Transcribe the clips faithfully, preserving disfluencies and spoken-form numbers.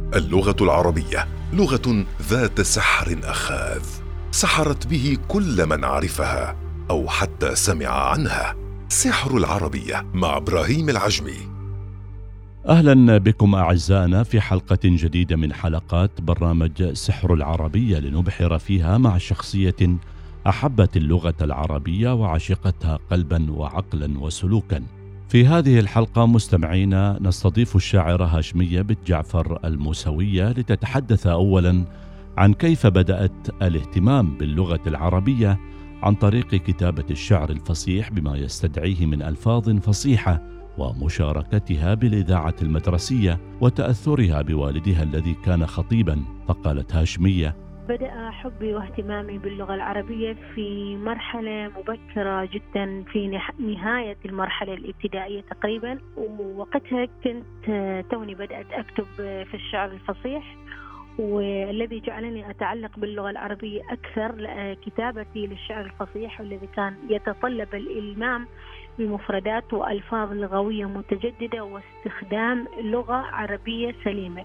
اللغة العربية لغة ذات سحر أخاذ، سحرت به كل من عرفها أو حتى سمع عنها. سحر العربية مع إبراهيم العجمي. أهلا بكم أعزائنا في حلقة جديدة من حلقات برنامج سحر العربية، لنبحر فيها مع شخصية أحبت اللغة العربية وعشقتها قلبا وعقلا وسلوكا. في هذه الحلقة مستمعينا نستضيف الشاعرة هاشمية بنت جعفر الموسوية لتتحدث أولا عن كيف بدأت الاهتمام باللغة العربية عن طريق كتابة الشعر الفصيح بما يستدعيه من ألفاظ فصيحة، ومشاركتها بالإذاعة المدرسية وتأثرها بوالدها الذي كان خطيبا. فقالت هاشمية: بدأ حبي واهتمامي باللغة العربية في مرحلة مبكرة جدا، في نهاية المرحلة الابتدائية تقريبا، ووقتها كنت توني بدأت أكتب في الشعر الفصيح، والذي جعلني أتعلق باللغة العربية أكثر كتابتي للشعر الفصيح، والذي كان يتطلب الإلمام بمفردات وألفاظ لغوية متجددة واستخدام لغة عربية سليمة.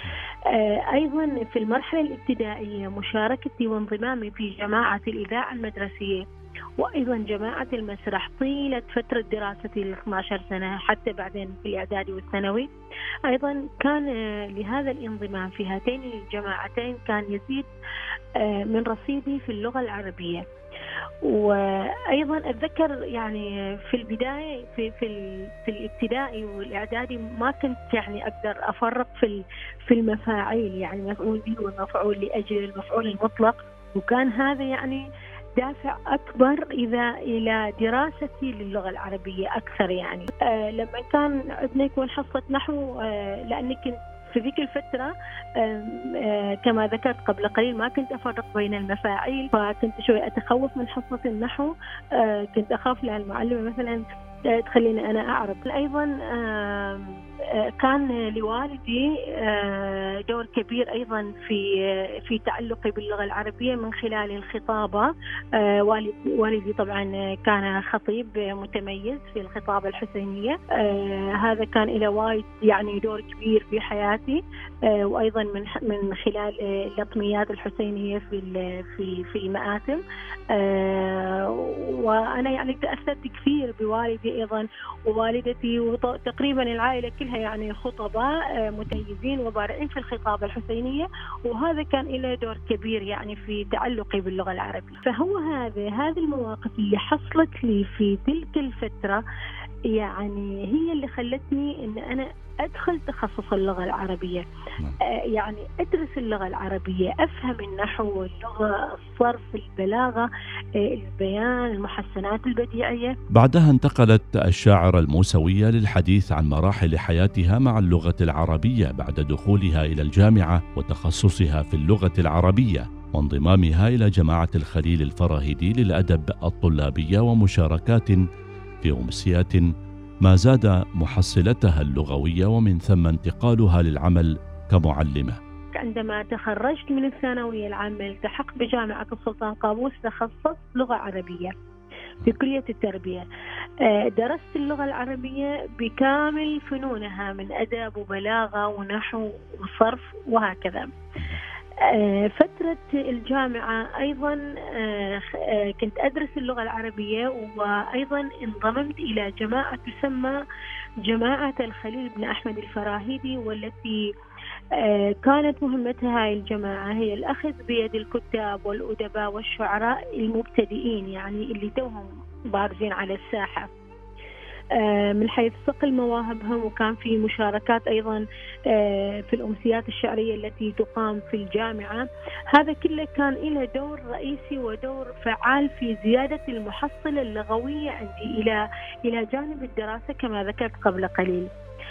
أيضا في المرحلة الابتدائية مشاركتي وانضمامي في جماعة الإذاعة المدرسية وأيضا جماعة المسرح طيلة فترة دراستي ال اثنتي عشرة سنة حتى بعدين في الإعدادي والثانوي. أيضا كان لهذا الانضمام في هاتين الجماعتين كان يزيد من رصيدي في اللغة العربية. وأيضا أتذكر يعني في البداية في في في الابتدائي والإعدادي ما كنت يعني أقدر أفرق في في المفاعيل، يعني مفعول به والمفعول لأجل المفعول المطلق، وكان هذا يعني دافع أكبر إذا إلى دراستي للغة العربية أكثر. يعني آه لما كان عندنا يكون حصة نحو، آه لأني كنت في ذيك الفترة كما ذكرت قبل قليل ما كنت أفرق بين المفاعيل، فكنت شوي أتخوف من حصة النحو، كنت أخاف لأن المعلمة مثلا تخليني أنا أعرب. أيضا كان لوالدي دور كبير أيضا في في تعلقي باللغة العربية من خلال الخطابة. والدي طبعا كان خطيب متميز في الخطابة الحسينية، هذا كان له وايد يعني دور كبير في حياتي، وأيضا من من خلال اللطميات الحسينية في في في المآتم. وأنا يعني تأثرت كثير بوالدي أيضا ووالدتي، وتقريبا العائلة كلها يعني خطباء متميزين وبارعين في الخطابة الحسينية، وهذا كان له دور كبير يعني في تعلقي باللغة العربية. فهو هذا هذه المواقف اللي حصلت لي في تلك الفترة يعني هي اللي خلتني إن أنا أدخل تخصص اللغة العربية. آه يعني أدرس اللغة العربية، أفهم النحو، اللغة، الصرف، البلاغة، آه البيان، المحسنات البديعية. بعدها انتقلت الشاعرة الموسوية للحديث عن مراحل حياتها مع اللغة العربية بعد دخولها إلى الجامعة وتخصصها في اللغة العربية وانضمامها إلى جماعة الخليل الفراهيدي للأدب الطلابية ومشاركات في أمسيات ما زاد محصلتها اللغوية، ومن ثم انتقالها للعمل كمعلمة. عندما تخرجت من الثانوية العامة التحقت بجامعة السلطان قابوس، تخصصت لغة عربية في كلية التربية. درست اللغة العربية بكامل فنونها من أدب وبلاغة ونحو وصرف وهكذا. فترة الجامعة أيضا كنت أدرس اللغة العربية، وأيضا انضممت إلى جماعة تسمى جماعة الخليل بن أحمد الفراهيدي، والتي كانت مهمتها هاي الجماعة هي الأخذ بيد الكتاب والأدباء والشعراء المبتدئين، يعني اللي توهم بارزين على الساحة، من حيث صقل مواهبهم. وكان في مشاركات أيضا في الأمسيات الشعرية التي تقام في الجامعة. هذا كله كان له دور رئيسي ودور فعال في زيادة المحصلة اللغوية عندي إلى إلى جانب الدراسة كما ذكرت قبل قليل.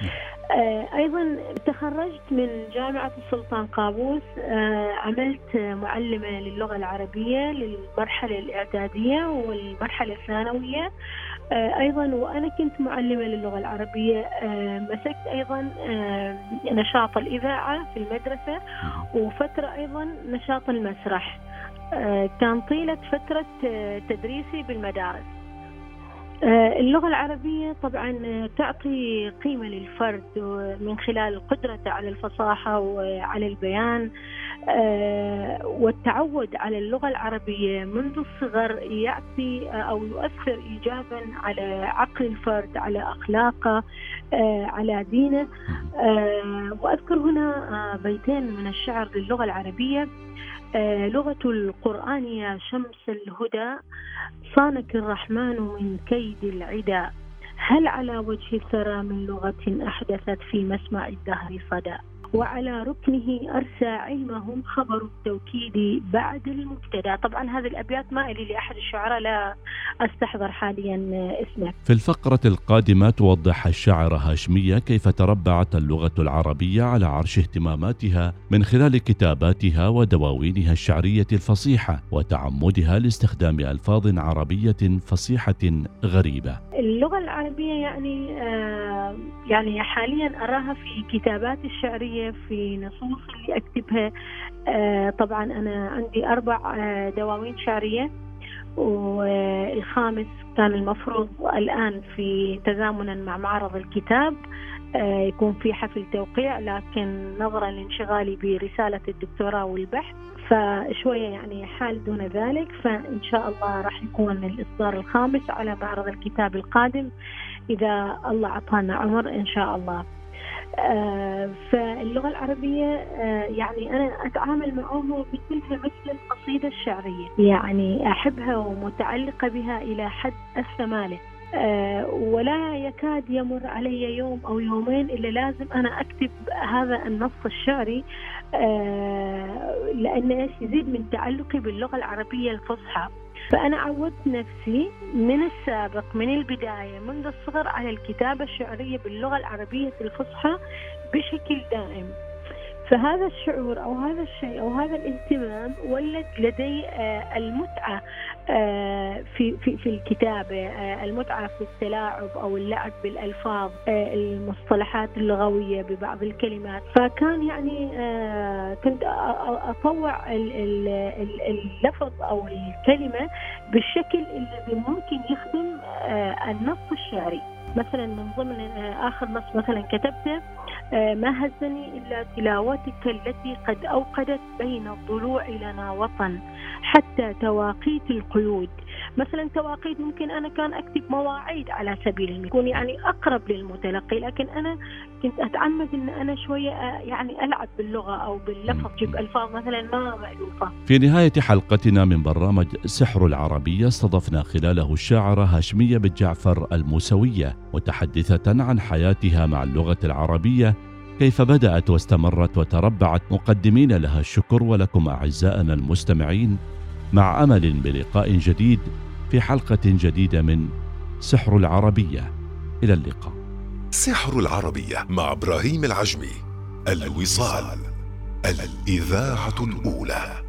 أيضا تخرجت من جامعة السلطان قابوس، عملت معلمة للغة العربية للمرحلة الإعدادية والمرحلة الثانوية. أيضا وأنا كنت معلمة للغة العربية مسكت أيضا نشاط الإذاعة في المدرسة، وفترة أيضا نشاط المسرح. كان طيلة فترة تدريسي بالمدارس. اللغة العربية طبعا تعطي قيمة للفرد من خلال قدرته على الفصاحة وعلى البيان، والتعود على اللغة العربية منذ الصغر يعطي أو يؤثر إيجابا على عقل الفرد، على أخلاقه، على دينه. وأذكر هنا بيتين من الشعر للغة العربية: لغة القرآن يا شمس الهدى، صانك الرحمن من كيد العدا، هل على وجه الثرى من لغة أحدثت في مسمع الدهر صدى، وعلى ركنه أرسى علمهم خبر التوكيد بعد المبتدى. طبعا هذه الأبيات ما إلي لأحد الشعراء، لا أستحضر حاليا اسمه. في الفقرة القادمة توضح الشاعرة هاشمية كيف تربعت اللغة العربية على عرش اهتماماتها من خلال كتاباتها ودواوينها الشعرية الفصيحة وتعمدها لاستخدام ألفاظ عربية فصيحة غريبة. اللغة العربية يعني آه يعني حاليا أراها في كتابات الشعرية، في نصوص اللي أكتبها. آه طبعا أنا عندي أربع آه دواوين شعرية، والخامس كان المفروض الآن في تزامنا مع معرض الكتاب آه يكون في حفل توقيع، لكن نظرا لانشغالي برسالة الدكتوراه والبحث فشوية يعني حال دون ذلك. فإن شاء الله راح يكون الإصدار الخامس على معرض الكتاب القادم إذا الله عطانا عمر إن شاء الله. آه فاللغة العربية آه يعني أنا أتعامل معه مثلها مثل القصيدة الشعرية، يعني أحبها ومتعلقة بها إلى حد الثمالة. آه ولا يكاد يمر علي يوم أو يومين إلا لازم أنا أكتب هذا النص الشعري، آه لأن إيش يزيد من تعلقي باللغة العربية الفصحى. فأنا عودت نفسي من السابق من البداية منذ الصغر على الكتابة الشعرية باللغة العربية الفصحى بشكل دائم. فهذا الشعور أو هذا الشيء أو هذا الاهتمام ولد لدي المتعة في في في الكتابة، المتعة في التلاعب أو اللعب بالألفاظ، المصطلحات اللغوية ببعض الكلمات. فكان يعني كنت أطوع اللفظ أو الكلمة بالشكل الذي ممكن يخدم النص الشعري. مثلا من ضمن آخر نص مثلا كتبته: ما هزني إلا تلاوتك التي قد أوقدت بين الضلوع لنا وطن حتى تواقيت القيود. مثلا تواقيت ممكن أنا كان أكتب مواعيد على سبيل المثال، يكون يعني أقرب للمتلقي، لكن أنا كنت أتعمد أن أنا شوية يعني ألعب باللغة أو باللفظ، جيب ألفاظ مثلا ما مألوفة. في نهاية حلقتنا من برنامج سحر العربية استضفنا خلاله الشاعرة هاشمية بن جعفر الموسوية، متحدثة عن حياتها مع اللغة العربية، كيف بدأت واستمرت وتربعت، مقدمين لها الشكر ولكم أعزائنا المستمعين، مع أمل بلقاء جديد في حلقة جديدة من سحر العربية. إلى اللقاء. سحر العربية مع إبراهيم العجمي، الوصال، الإذاعة الأولى.